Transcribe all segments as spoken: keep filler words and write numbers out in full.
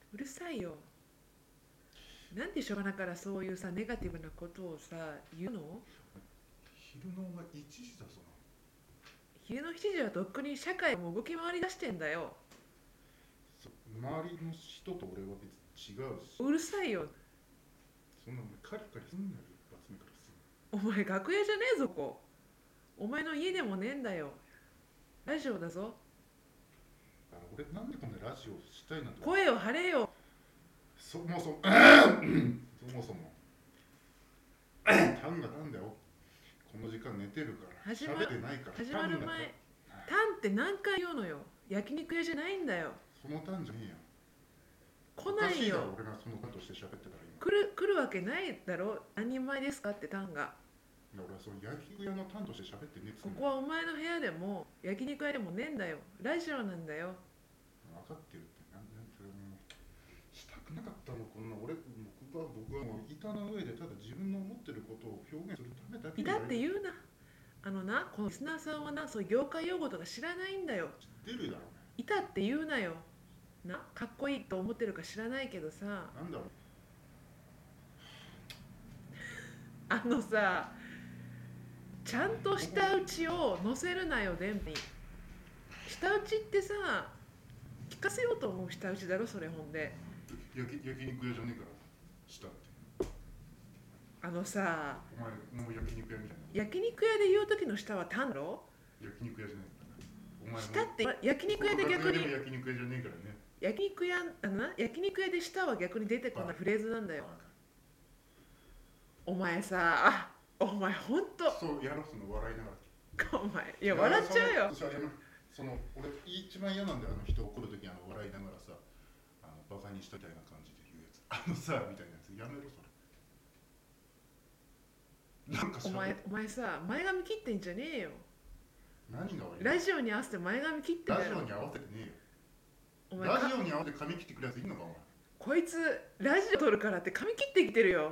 うるさいよ。なんでしょうがなからそういうさネガティブなことをさ言うの？ 昼のお前いちじだぞ。 昼のしちじはとっくに社会も動き回り出してんだよ。 そ周りの人と俺は別に違うし、 うるさいよ。 そんなお前カリカリすんなよ一発目からすお前楽屋じゃねえぞここ。お前の家でもねえんだよ。ラジオだぞ。 ぐ。あ俺なんでこんなラジオしたいなんて、 声を張れよ。 そもそもそもそもタンがなんだよ、この時間寝てるから始ま喋ってないから。 始まるタンが前、タンって何回言うのよ。焼肉屋じゃないんだよ。 そのタンじゃねえよ。 来おかしいだろないよ。 俺がそのタンとして喋ってたら今。 来る来るわけないだろ。何人前ですかってタンが。 いや俺はその焼肉屋のタンとして喋ってねえっつうの。 ここはお前の部屋でも焼肉屋でもねえんだよ。ラジオなんだよ。 分かってるって。なんなんてもうしたくなかったのこんな。俺僕は僕はもう板の上でただ自分の思ってることを表現するためだけいたにやる。 って言うな。あのな、このリスナーさんはな、そういう業界用語とか知らないんだよ。 知ってるだろいたって言うなよ。な、かっこいいと思ってるか知らないけどさ、 う。なんだろう。 あのさ、ちゃんと舌打ちを載せるなよ、電波に。舌打ちってさ、聞かせようと思う舌打ちだろ、それほんで。 焼き焼肉屋じゃねえからしたって。 あのさ、 お前もう焼肉屋みたいな。 焼肉屋で言う時の舌は単だろ。 焼肉屋じゃねえからお前も。 舌って焼肉屋で逆に、 でも焼肉屋じゃねえからね。 焼肉屋、あのな、焼肉屋で舌は逆に出てこないフレーズなんだよ。お前さ、お前ほんと、 そうやろ、その笑いながら。 お前、いや笑っちゃうよ。 そのその俺一番嫌なんだよ、あの人怒るときあの笑いながらさ、あのバカにしたみたいな感じで言うやつ、あのさみたいなやつやめろそれ。なんかお前、 しゃべお前さ、前髪切ってんじゃねえよ。 何が悪い。 ラジオに合わせて前髪切ってんだよ。 ラジオに合わせてねお前えよ。ラジオに合わせて髪切ってくるやついんのかお前。 こいつ、ラジオ撮るからって髪切ってきてるよ。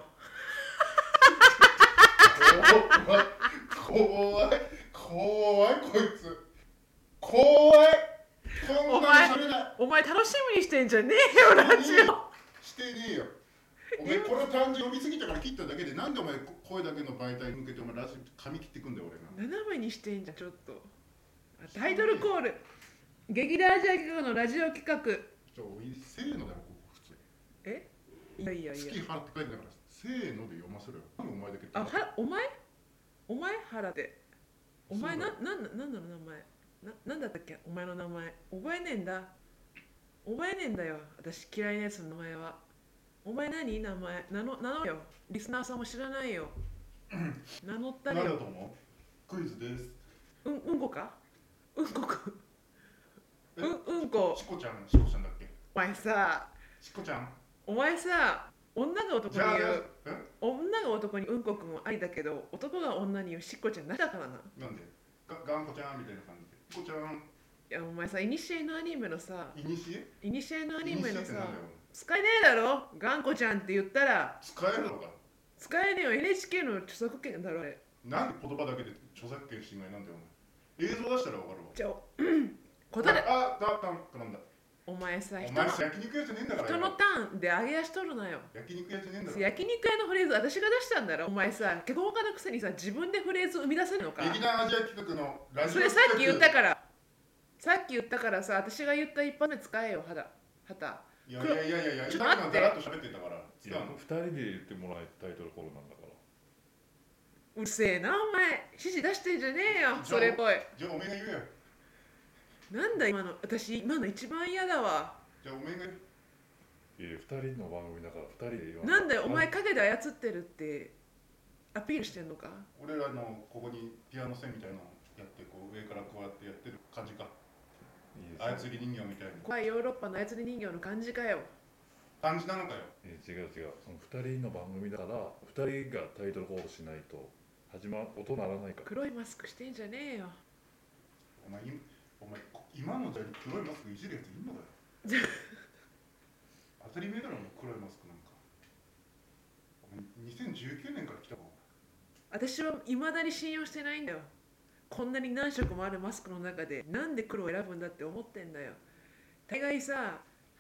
怖い怖い怖いこいつ怖い。こんなにそれないお前楽しみにしてんじゃねえよ、ラジオ。 してねえよ。お前これ単純読みすぎたから切っただけで、なんでお前声だけの媒体に向けてお前ラジオ髪切ってくんだよ俺が。 斜めにしてんじゃん、ちょっと。タイトルコール。劇団ジャギのラジオ企画。 ちょせーのだよここ普通。 えいやいやいや。 月払って書いてたからせーので読ませろよ。なんでお前だけあ、はお前お前原ってお前な、 そうだなんなんなんだろう名前な、なんだったっけお前の名前覚えねえんだ。覚えねえんだよ、私嫌いなやつの名前は。お前何名前名乗名乗れよ。リスナーさんも知らないよ。名乗ったりよ。 何だと思う。クイズです。 うんうんこかうんこかえうんうんこ。 しこちゃん、しこちゃんだっけ。 お前さしこちゃん。 お前さ女が男じゃあに言うえ女が男にうんこくんはありだけど、男が女に言うしっこちゃんなしだからな。 なんでががんこちゃんみたいな感じでしこちゃん。 いやお前さ、イニシエのアニメのさいにしえイニシエのアイニニメのさシエってなんだよ。 使えねえだろ、頑固ちゃんって言ったら。 使えるのか。 使えねえよ、 エヌエイチケー の著作権だろあれ。 なんで言葉だけで著作権侵害なんだよお前。映像出したらわかるわ。 じゃあ答え。 あ、だったんかなんだ。 お前さ、 お人の前焼肉屋じゃねえんだから人のよ。 ターンで上げ足取るなよ。 焼肉屋じゃねえんだから。 焼肉屋のフレーズ私が出したんだろ。お前さ、脚本家のくせにさ、自分でフレーズ生み出せるのか。 劇団アジア企画のラジオそれさっき言ったら。 からさっき言ったからさ、私が言った一発目使えよ、肌肌。 いやいやいやいやいや、 ちょっと待って今のだらっと喋ってたから。 いや、ふたりで言ってもらえたタイトルコールなんだから。 うるせえなお前、指示出してんじゃねえよ、それっぽい。 じゃあおめえが言えよ。 なんだ今の、私今の一番嫌だわ。 じゃあおめえが言え。 いや、ふたりの番組だからふたりで言わなんだよお前、 い影で操ってるってアピールしてんのか。 俺らのここにピアノ線みたいなのやって、こう上からこうやってやってる感じか。 いです操り人形みたいな怖いヨーロッパの操り人形の感じかよ。 感じなのかよ。 いや違う違う、そのふたりの番組だからふたりがタイトルコールしないと始ま音鳴らないから。 黒いマスクしてんじゃねえよ。 お前、お前今の時代に黒いマスクいじるやついんのかよ。当たり前だろ、もう黒いマスクなんか。お前にせんじゅうきゅうねんから来たか。 私は未だに信用してないんだよ。こんなに何色もあるマスクの中でなんで黒を選ぶんだって思ってんだよ。大概さ、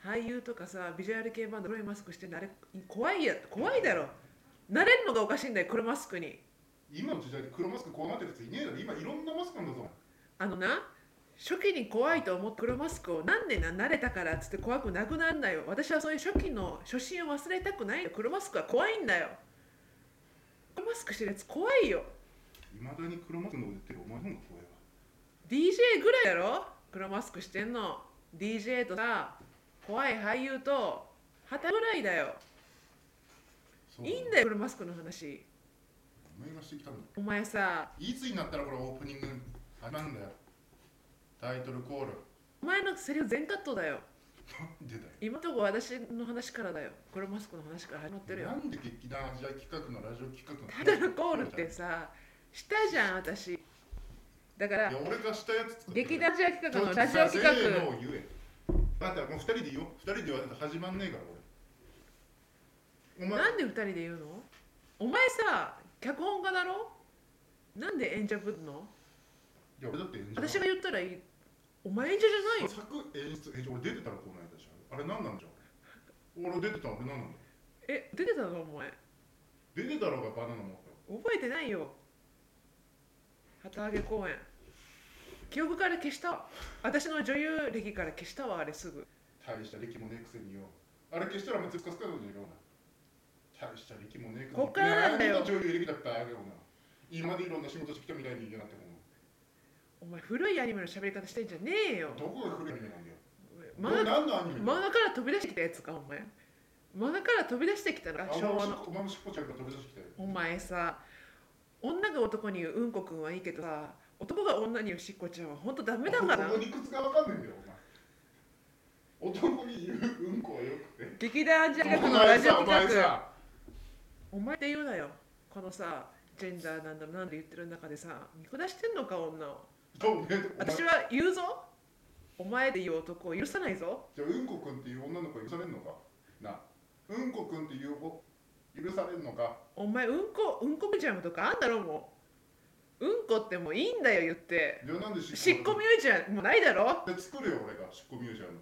俳優とかさ、ビジュアル系バンド黒いマスクしてなれ怖いや怖いだろ。慣れるのがおかしいんだよ、黒マスクに。 今の時代で黒マスクこうなってるやついねえだろ。今いろんなマスクなんだぞ。 あのな、初期に怖いと思って黒マスクをなんでな慣れたからっつって怖くなくなるんだよ。私はそういう初期の初心を忘れたくないよ。黒マスクは怖いんだよ。黒マスクしてるやつ怖いよ。 いまだに黒マスクの売ってるお前の方が怖いわ。 ディージェー ぐらいだろ黒マスクしてんの。 ディージェー とさ、怖い俳優と旗ぐらいだよ。 そういいんだよ黒マスクの話。 お前がしてきたんだ。 お前さ、 いつになったらこれオープニング始まるんだよ。タイトルコール。 お前のセリフ全カットだよ。 なんでだよ。 今のとこ私の話からだよ。黒マスクの話から始まってるよ。 なんで劇団アジア企画のラジオ企画のタイトルコールってさ、したじゃん私。だからいや俺がしたやつ作って劇団アジア企画のラジオ企画。 せーのを言え。だってもうふたりで言おう。ふたりで言わないと始まんねえから俺。お前なんで二人で言うの？お前さ、脚本家だろ？なんで演者ぶるの？ いや俺だって演者私が言ったらいい。お前演者じゃないよ。 作演出演者俺出てたらこうなんだしあれ何なんじゃん。俺出てたの俺何なんだ。 え、出てたのお前。 出てたろうがバナナ持ったよ。 覚えてないよ。旗揚げ公演。記憶から消したわ。私の女優歴から消したわ、あれすぐ。 大した歴もねえくせによ。あれ消したらお前つっかすかなんじゃねえかお前。大した歴もねえくせに。 こっからなんだよ何が女優歴だったあげよな。今までいろんな仕事してきたみたいに言うなってもお前古いアニメの喋り方してんじゃねえよ。 どこが古いアニメなんだよ。 漫画何のアニメ漫画から飛び出してきたやつか、お前。漫画から飛び出してきたのか、昭和の。 お前のしっぽちゃんが飛び出してきたよ。 お前さ、女が男に言ううんこくんはいいけどさ、男が女に言うしっこちゃんはほんとダメだから。 男の理屈が分かんないんだよお前。男に言ううんこはよくて。 劇団アジア企画お前のラジオさお前企画。 さお前って言うなよ。このさ、ジェンダーなんだなんで言ってる中でさ、見下してんのか女を。 お前私は言うぞ。お前で言う男を許さないぞ。 じゃあうんこくんっていう女の子許されんのかな。うんこくんっていう子許されんのか。 お前うんこうんこミュージアムとかあんだろもう。うんこってもういいんだよ言って。 じゃあなんでしっこミュージアムもないだろ。 で作るよ俺がしっこミュージアム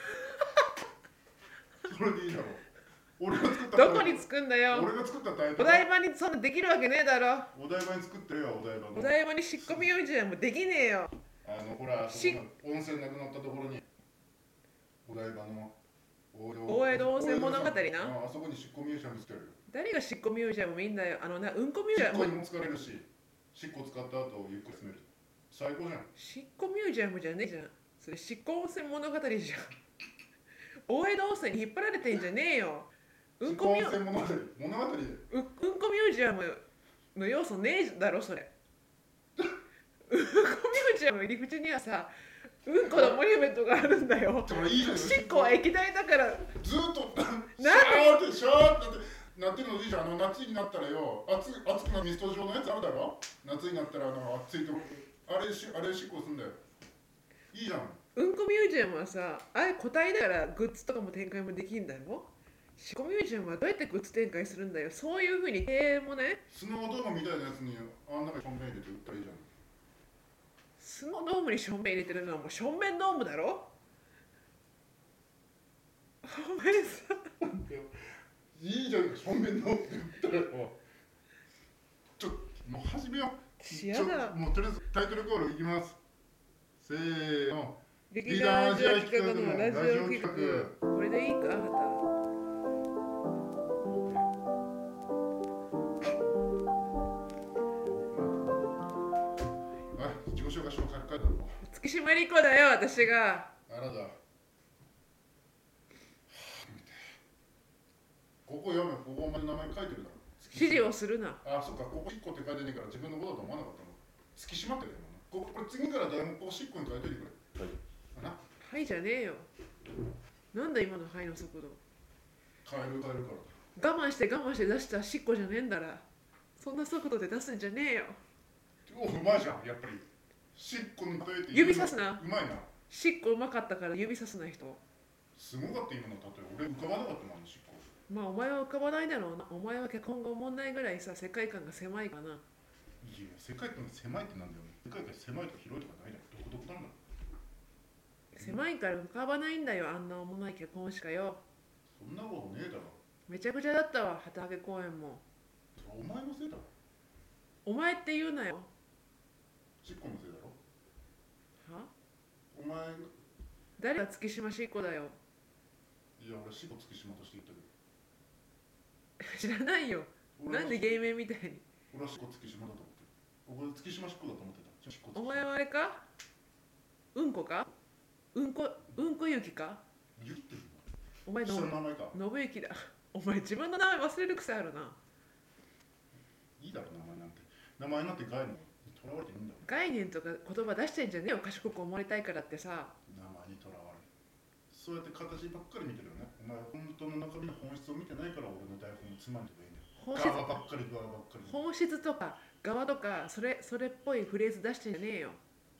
それでいいだろう。俺が作ったどこに作んだよ。 俺が作ったタイトルお台場にそんなできるわけねえだろ。 お台場に作ってるよお台場のお台場にしっこミュージアムできねえよ。 あのほらしそこの温泉なくなったところにお台場の大江戸温泉物語な。 ああそこにしっこミュージアム作るよ。 誰がしっこミュージアムいいんだよ。あのな、うんこミュージアム。 しっこにも疲れるししっこ使った後ゆっくり休める。最高じゃん。 しっこミュージアムじゃねえじゃん。それしっこ温泉物語じゃん。大江戸温泉に引っ張られてんじゃねえよ。うんこミュしっこ温泉物語物語でううんこミュージアムの要素ねえだろそれ。うんこミュージアム入り口にはさ、うんこのモニュメントがあるんだよ。 それいいじゃん。 しっこは液体だから。 ずっとシャなんーってシャーってなってるのいいじゃん。あの夏になったらよ熱熱くなるミスト状のやつあるだろ。夏になったらあの熱いとこあれしあれしっこすんだよ。いいじゃん。 うんこミュージアムはさ、あれ個体だからグッズとかも展開もできんだよ。しっこミュージアムはどうやってグッズ展開するんだよ。そういうふうに経営もね、 スノードームみたいなやつにあん中にしょんべん入れて売ったらいいじゃん。 スノードームに正面入れてるのはもう正面ドームだろ。お前さ、 いいじゃん、正面のって言ったらもうちょっともう始めよう。 しやだ。 もうとりあえずタイトルコールいきます。せーの。 劇団アジア企画のラジオ企画。これでいいか、あなた。 はい、自己紹介書を書いてあるの。 月島理子だよ、私が。 あらだ。ここ読め、ここまで名前書いてるだろ。 指示をするな。 あ、そっか、ここしっこって書いてねえから自分のことだと思わなかったの。月島ってだよな。ここれ次から誰もここしっこに書いといてくれ。はい。な。 はいじゃねえよ。なんだ今のはいの速度。 変える変えるから。 我慢して我慢して出したしっこじゃねえんだら。そんな速度で出すんじゃねえよ。 お、うまいじゃん、やっぱり。しっこに例えて指さすな。 うまいな。 しっこうまかったから指さすな人。 すごかった今の例え。俺浮かばなかったもん、しっこ。 まあお前は浮かばないだろうな。お前は結婚が問題ぐらいさ、世界観が狭いかな。 いや、世界観が狭いってなんだよね。世界観狭いとか広いとかないだろ。どこどこなんだろ。 狭いから浮かばないんだよ、あんなおもない結婚式かよ。 そんなことねえだろ。 めちゃくちゃだったわ、旗揚げ公演も。 それお前のせいだろ。 お前って言うなよ。 しっこのせいだろ。 はお前の、 誰が月島しっこだよ。 いや俺しっこ月島として言ったけ知らないよ。 ど。 なんで芸名みたいに。 俺はしっこ月島だと思ってる。俺月島しっこだと思ってた。しっこ月島お前はあれか、うんこか、うんこ、うんこゆきか。 言ってるお前の下の名前か。 信行だ。お前自分の名前忘れる癖あるな。 いいだろ名前なんて。名前なんて概念にとらわれていいんだろ。 概念とか言葉出してんじゃねえよ、賢く思われたいからってさ。 名前にとらわれる。そうやって形ばっかり見てるよね。お前は本当の中身の本質を見てないから俺の台本をつまんでもいいんだよ。 本質側ばっかり側ばっかり。 本質とか側とかそれそれっぽいフレーズ出してんじゃねえよ。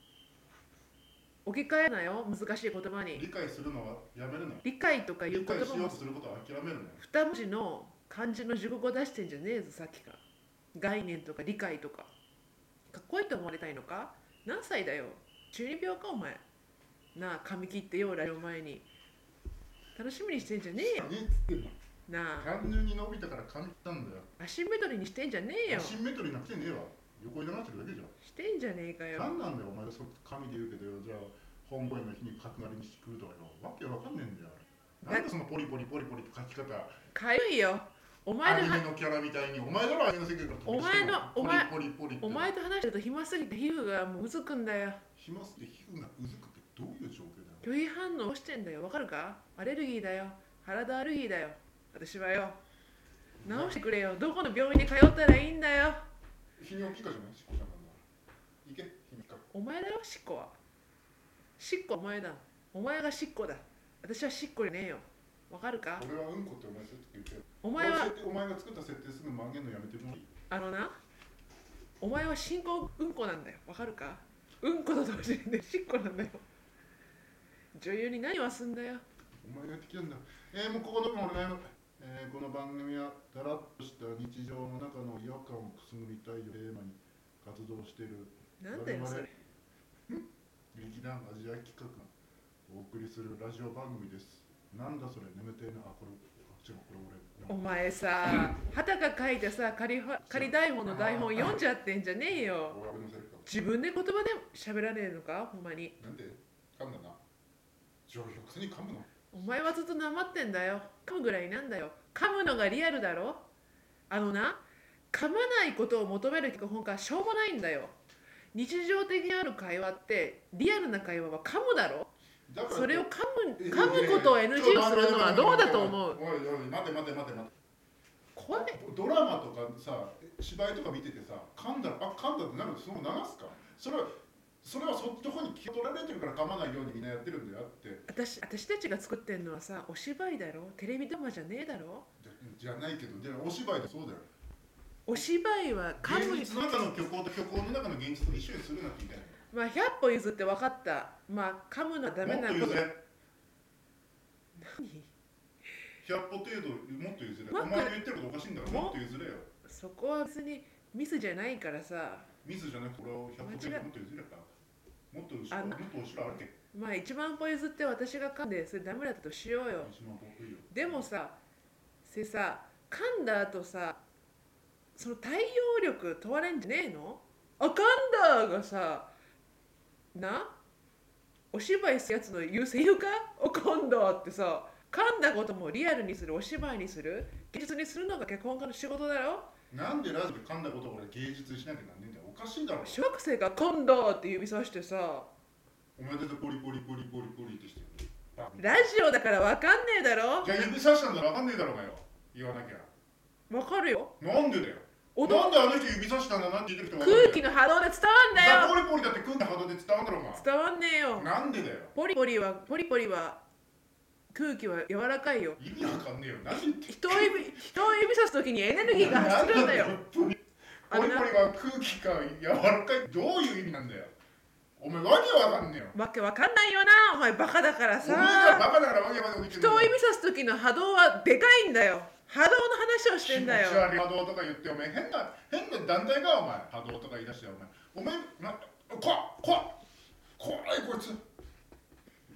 置き換えなよ、難しい言葉に。 理解するのはやめるのよ。 理解とかいう理解しよう言葉もとすることは諦めるのよ。 二文字の漢字の熟語出してんじゃねえぞ、さっきから。概念とか理解とか。かっこいいと思われたいのか。何歳だよ、中二病かお前。なあ、髪切ってよ、ラジオ前に。楽しみにしてんじゃねえよ。 ねえっつってんの。 なあ、 単純に伸びたから髪切ったんだよ。 アシンメトリーにしてんじゃねえよ。 シンメトリーなくてねえわ。横に流してるだけじゃん。 してんじゃねえかよ。 何なんだよお前がそ髪で言うけどよ。じゃあ本番の日に角刈りにしてくるとかよ。わけわかんねえんだよ。なんでそのポリポリポリポリって書き方。 かゆいよ。お前のアニメのキャラみたいに。お前だろアニメの世界からお前のお前ポリポリポリって。 お前と話してると暇すぎて皮膚がもううずくんだよ。 暇すぎて皮膚がうずくってどういう状況だよ。 拒否反応してんだよ。わかるか。アレルギーだよ。体アレルギーだよ。私はよ。治してくれよ。どこの病院に通ったらいいんだよ。 泌尿器科じゃないしっこちゃんなんだから。行け、泌尿器科。 お前だよ、しっこは。しっこお前だ。お前がしっこだ。私はしっこじゃねえよ。わかるか。 俺はうんこってお前そうやって言ってよ。 お前はお前が作った設定すぐ曲げるのやめてもいい。 あのな、お前は進行うんこなんだよ。わかるか。うんこと同時にね、しっこなんだよ。女優に何はすんだよ。 お前がやってきたんだ。えー、もうここの俺の、えー、この番組はだらっとした日常の中の違和感をくすぐりたいをテーマに活動しているなんだよそれ。 劇団アジア企画がお送りするラジオ番組です。なんだそれ、眠ってんな。あ、これ、あ、違う、これ俺。 お前さ、旗が書いてさ、仮は仮台本の台本読んじゃってんじゃねえよ。 俺のセリフか。 自分で言葉で喋らねえのか、ほんまに。 なんで噛んだな。上手くせに噛むの。 お前はずっとなまってんだよ。噛むぐらいなんだよ。噛むのがリアルだろ。あのな、噛まないことを求める脚本家はしょうもないんだよ。日常的にある会話ってリアルな会話は噛むだろ。 だからそれを噛む噛むことを エヌジー をするのはどうだと思う。 おいおい、待て待て待て待て。 怖い。 ドラマとかさ、芝居とか見ててさ、噛んだら、あ、噛んだってなるとそのまま流すか。それはそれはそっちの方に気を取られてるから噛まないようにみんなやってるんだよって。 私私たちが作ってんのはさ、お芝居だろ。テレビドラマじゃねえだろ。 じゃないけど、でもお芝居でそうだよ。 お芝居は噛む。 現実の中の虚構と虚構の中の現実と一緒にするなって言いたいの。 まあひゃっぽ譲って分かった。まあ噛むのはダメなこと。 もっと譲れ。 何ひゃっぽ程度もっと譲れ。 もっとお前が言ってることおかしいんだからもっと譲れよ。 そこは別にミスじゃないからさ。 ミスじゃなくて俺をひゃっぽ程度もっと譲れた。もっと後ろ、 あもっと後ろ歩け。 まあいちまん歩譲って私が噛んでそれダメだったとしようよ。 一番僕いいよ。 でもさ、せさ、噛んだ後さ、その対応力問われんじゃねえの。あ、噛んだがさ、なお芝居するやつの言うセリフか。お噛んだってさ、噛んだこともリアルにする、お芝居にする、芸術にするのが脚本家の仕事だろ。 なんでラジオで噛んだことを俺芸術にしなきゃなんねえんだよ。おかしいだろ。 小学生が噛んだって指さしてさ、 お前だってポリポリポリポリポリってしてる。 ラジオだからわかんねえだろ。 じゃあ指さしたんだらわかんねえだろうがよ。言わなきゃ。 わかるよ。 なんでだよ。 音なんであの人指さしたんだなって言ってる人わかんない。 空気の波動で伝わんだよ。 ポリポリだって空気の波動で伝わんだろうが。 伝わんねえよ。 なんでだよ。 ポリポリはポリポリは空気は柔らかいよ。 意味わかんねえよ。何言って人を指人を指さすときにエネルギーが発するんだよ。 ポリポリが空気か柔らかい。どういう意味なんだよ。お前わけわかんねえよ。 わけわかんないよな。お前バカだからさ。 お前がバカだからわけわかんない。 人を指さすときの波動はでかいんだよ。波動の話をしてんだよ。 気持ち悪い波動とか言ってお前変な変な団体かお前。波動とか言い出してお前。お前な怖っ怖っ怖いこいつ。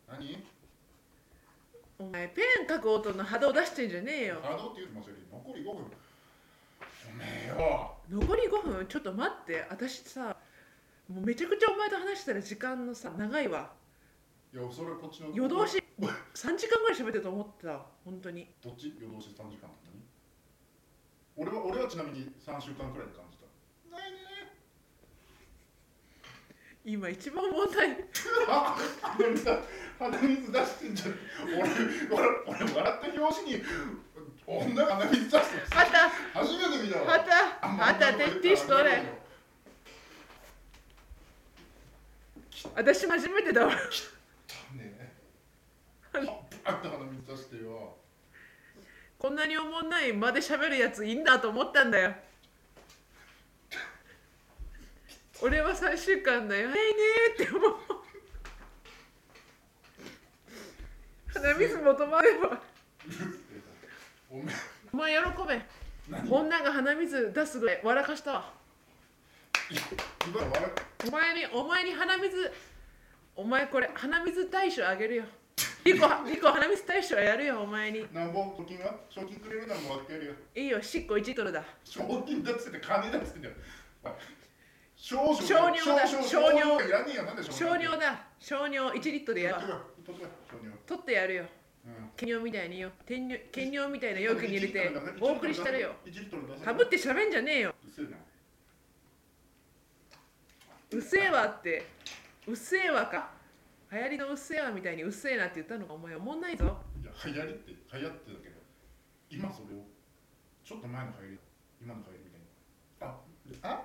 何？ お前ペン書く音の波動出してんじゃねえよ。 ハードって言ってますよ。残りごふん。おめえよ。 残りごふんちょっと待って。私さもうめちゃくちゃお前と話したら時間のさ長いわ。 いや、それこっちの。 夜通しさんじかんぐらい喋ってると思ってた。本当に。 どっち？夜通しさんじかんって何？俺は俺はちなみにさんしゅうかんくらいで感じた。ないね。 今一番問題。 あ、鼻水だ鼻水出してんじゃん。俺俺俺笑った拍子に女が鼻水出してる。 はた初めて見たわ。 はたはたティッシュ取れ。私初めてだわ。 ねえ。あった鼻水出してよ。 こんなにおもんない間で喋るやついいんだと思ったんだよ。俺はさんしゅうかんだよ。早いねーって思う。鼻水も止まれば。 おめえお前喜べ。 何？ 女が鼻水出すぐらい笑かしたわ。 今の笑お前にお前に鼻水、お前これ鼻水大賞あげるよ。リコリコ鼻水大賞やるよお前に。 なんぼ賞金は賞金くれるならもらってやるよ。 いいよ、しっこいちリットルだ。 賞金だっつって金だっつってんだよ。少々 少量だ少々 少量少量いらねえよ。なんで少少量だ。少量いちリットルやる。 取ってこい少量。 取ってやるよ。 うん。 兼用みたいによ。兼用兼用みたいな容器に入れてお送りしたるよ。 いちリットル出せ。 かぶって喋んじゃねえよ。 うっせえな。 うっせえわって。うっせえわか。流行りのうっせえわみたいにうっせえなって言ったのかお前おもんないぞ。 いや流行りって流行ってだけど、今それをちょっと前の流行り、今の流行りみたいに。あ、あ？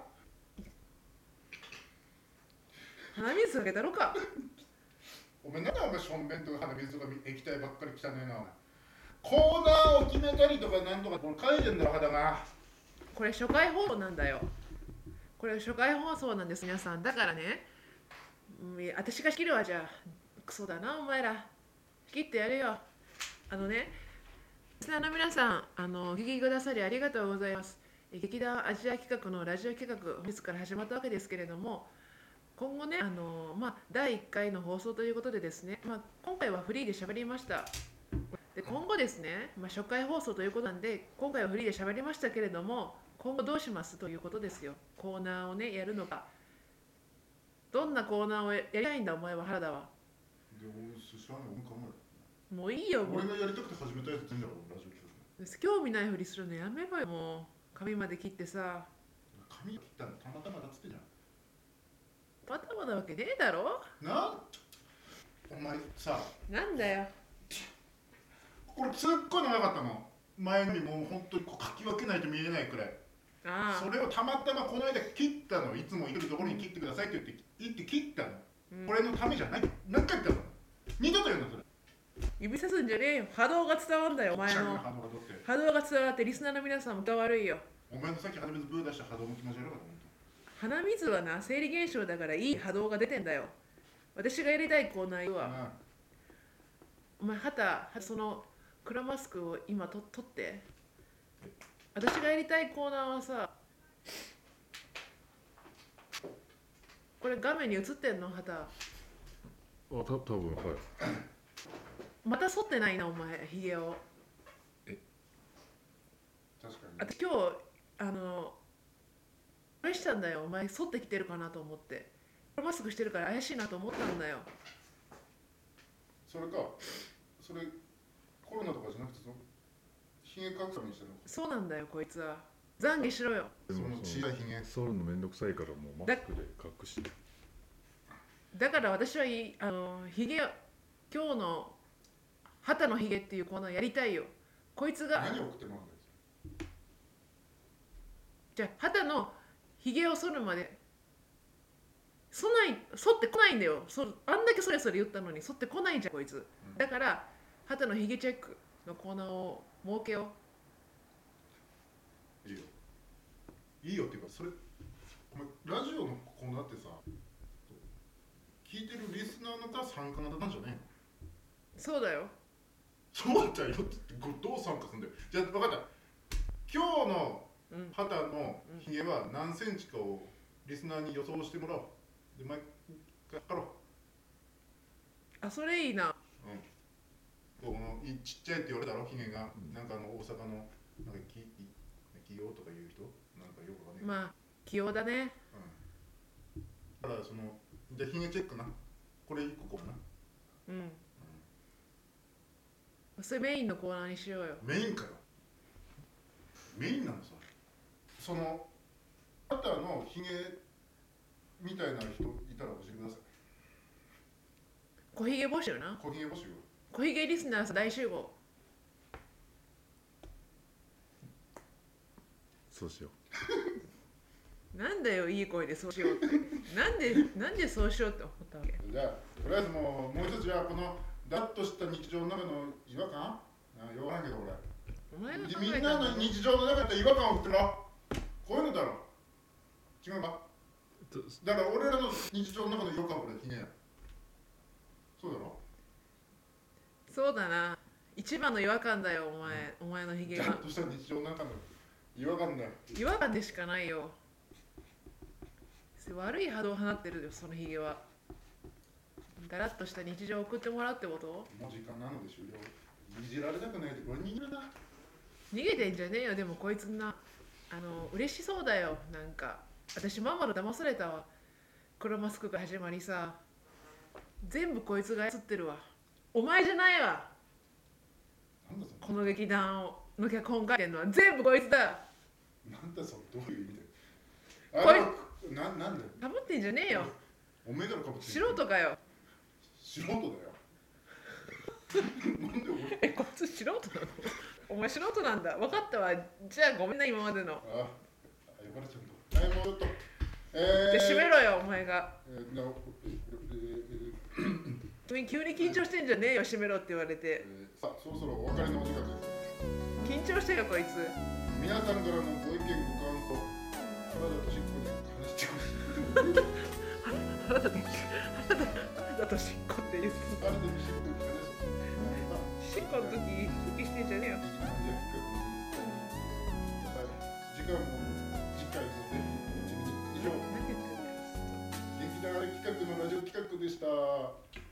鼻水かけたろか。 お前なんでお前しょんべんとか鼻水とか液体ばっかり汚ねえな。コーナーを決めたりとかなんとかこれ書いてんだろ肌が。 これ初回放送なんだよ。これ初回放送なんです皆さん。だからね、うん、私が仕切るわ。じゃあクソだなお前ら。仕切ってやるよ。あのね、リスナーの皆さん、あのお聞きくださりありがとうございます。え劇団アジア企画のラジオ企画本日から始まったわけですけれども、今後ね、あのまあ、だいいっかいの放送ということでですね、まあ、今回はフリーで喋りました。で今後ですね、まあ、初回放送ということなんで、今回はフリーで喋りましたけれども、今後どうしますということですよ。コーナーをね、やるのか。どんなコーナーをやりたいんだ、お前は原田は。 で、俺知らない、俺考える。 もういいよ、もう俺がやりたくて始めたやつ全然だろ、ラジオ企興味ないふりするのやめろよ、もう。髪まで切ってさ。 画。髪切ったのたまたまだっつってんじゃん。 またまだわけねえだろ。 なお前さ、 なんだよ。 これすっごい長かったの。前にもう本当にこうかき分けないと見えないくらい。 ああ。 それをたまたまこの間切ったの。いつも行くところに切ってくださいって言って行って切ったの、 うん、 これのためじゃない。何回言ったの。二度と言うんだそれ。 指さすんじゃねえよ。波動が伝わるんだよ、お前の。 波動がどって波動が伝わってリスナーの皆さんも歌悪いよ。 お前のさっき鼻水ブー出した波動も気持ち悪かった。 鼻水はな、生理現象だからいい波動が出てんだよ。私がやりたいコーナーは、お前、はた、その黒マスクを今と取って。私がやりたいコーナーはさ、これ画面に映ってんの、はた。 あ、た多分はい。 また剃ってないな、お前、ひげを。 え、 確かに、ね。 あと今日、あの、あれしたんだよ、お前、剃ってきてるかなと思って。マスクしてるから怪しいなと思ったんだよ。 それか、それ、コロナとかじゃなくて、その、ひげ隠すためにしてるの。 そうなんだよ、こいつは。懺悔しろよ。 その小さいひげ。 剃るのめんどくさいからもうマスクで隠して。 だから私はいい、あの、ひげ、今日の旗のひげっていうコーナーやりたいよ。こいつが。 何を送ってもらうんだよ。 じゃあ、旗のひげを剃るまで。剃ない、剃ってこないんだよ。そあんだけそれそれ言ったのに剃ってこないじゃん、こいつ。 うん、 だから、旗のひげチェックのコーナーを設けよう。いいよ。いいよっていうか、それ、お前、ラジオのコーナーってさ、聞いてるリスナーの方参加型なんじゃないの。 そうだよ。 そうだよってどう参加するんだよ。じゃあ分かった。今日の旗のひげは何センチかをリスナーに予想してもらおう。で、毎回かかろう。 あ、それいいな。 このいちっちゃいって言われたろ、ヒゲが、 うんなんかあの大阪のなんかきい企業とかいう人なんかよくわかんないけど、 まあ器用だね。 うん、だからそのじゃあヒゲチェックな、これいっここもな、 うんそれメインのコーナーにしようよ。 メインかよ、メインなのそれ。そのあなたのヒゲみたいな人いたら教えてください。 小ひげ募集な。 小ヒゲ募集。 小ひげリスナー大集合。 そうしよなんだよいい声でそうしようってなんでなんでそうしようって思ったわけ。 じゃあとりあえずもうもう一つ、じゃあこのダッとした日常の中の違和感、あよくわからんけどこれ。 お前が考みんえただろ。 なんの日常の中で違和感を振ってろ。こういうのだろ。違うか。 うだから俺らの日常の中の違和感はこれヒゲや。そうだろ。 そうだな。一番の違和感だよお前、お前のひげがちゃんとした日常の中の違和感だよ。 違和感でしかないよ。悪い波動を放ってるよそのひげは。だらっとした日常を送ってもらうってこと。 もう時間なので終了。いじられたくないで、これ逃げるな。 逃げてんじゃねえよ。でもこいつなあの嬉しそうだよ。なんか私ママの騙されたわ。黒マスクが始まりさ、全部こいつが操ってるわ。お前じゃないわ。 なんだそこの劇団をの脚本書いてんのは全部こいつだ。 なんだそどういう意味で。 これあななんだよ。 かぶってんじゃねえよ。 おめえだろかぶってん素人かよ。 素人だよ。なんで俺。 えこいつ素人なの。お前素人なんだ。分かったわ。じゃあごめんな今までの。 あ、呼ばれちゃうんだ。はい、もうちょっと。えー、 じゃあ閉めろよお前が。 えー、なえーえー君急に緊張してんじゃねえよ閉めろって言われて。 えーさあ、そろそろお別れのお時間です。 緊張してるよこいつ。 皆さんからのご意見ご感想、体としっこに話してほしい。 腹立って腹立しっこって言う。 体としっこに話してほしい。 しっこの時息してんじゃねえよ。 時間も次回もぜひお楽しみに。以上、 何言ってんだよ。 劇団あれ企画のラジオ企画でした。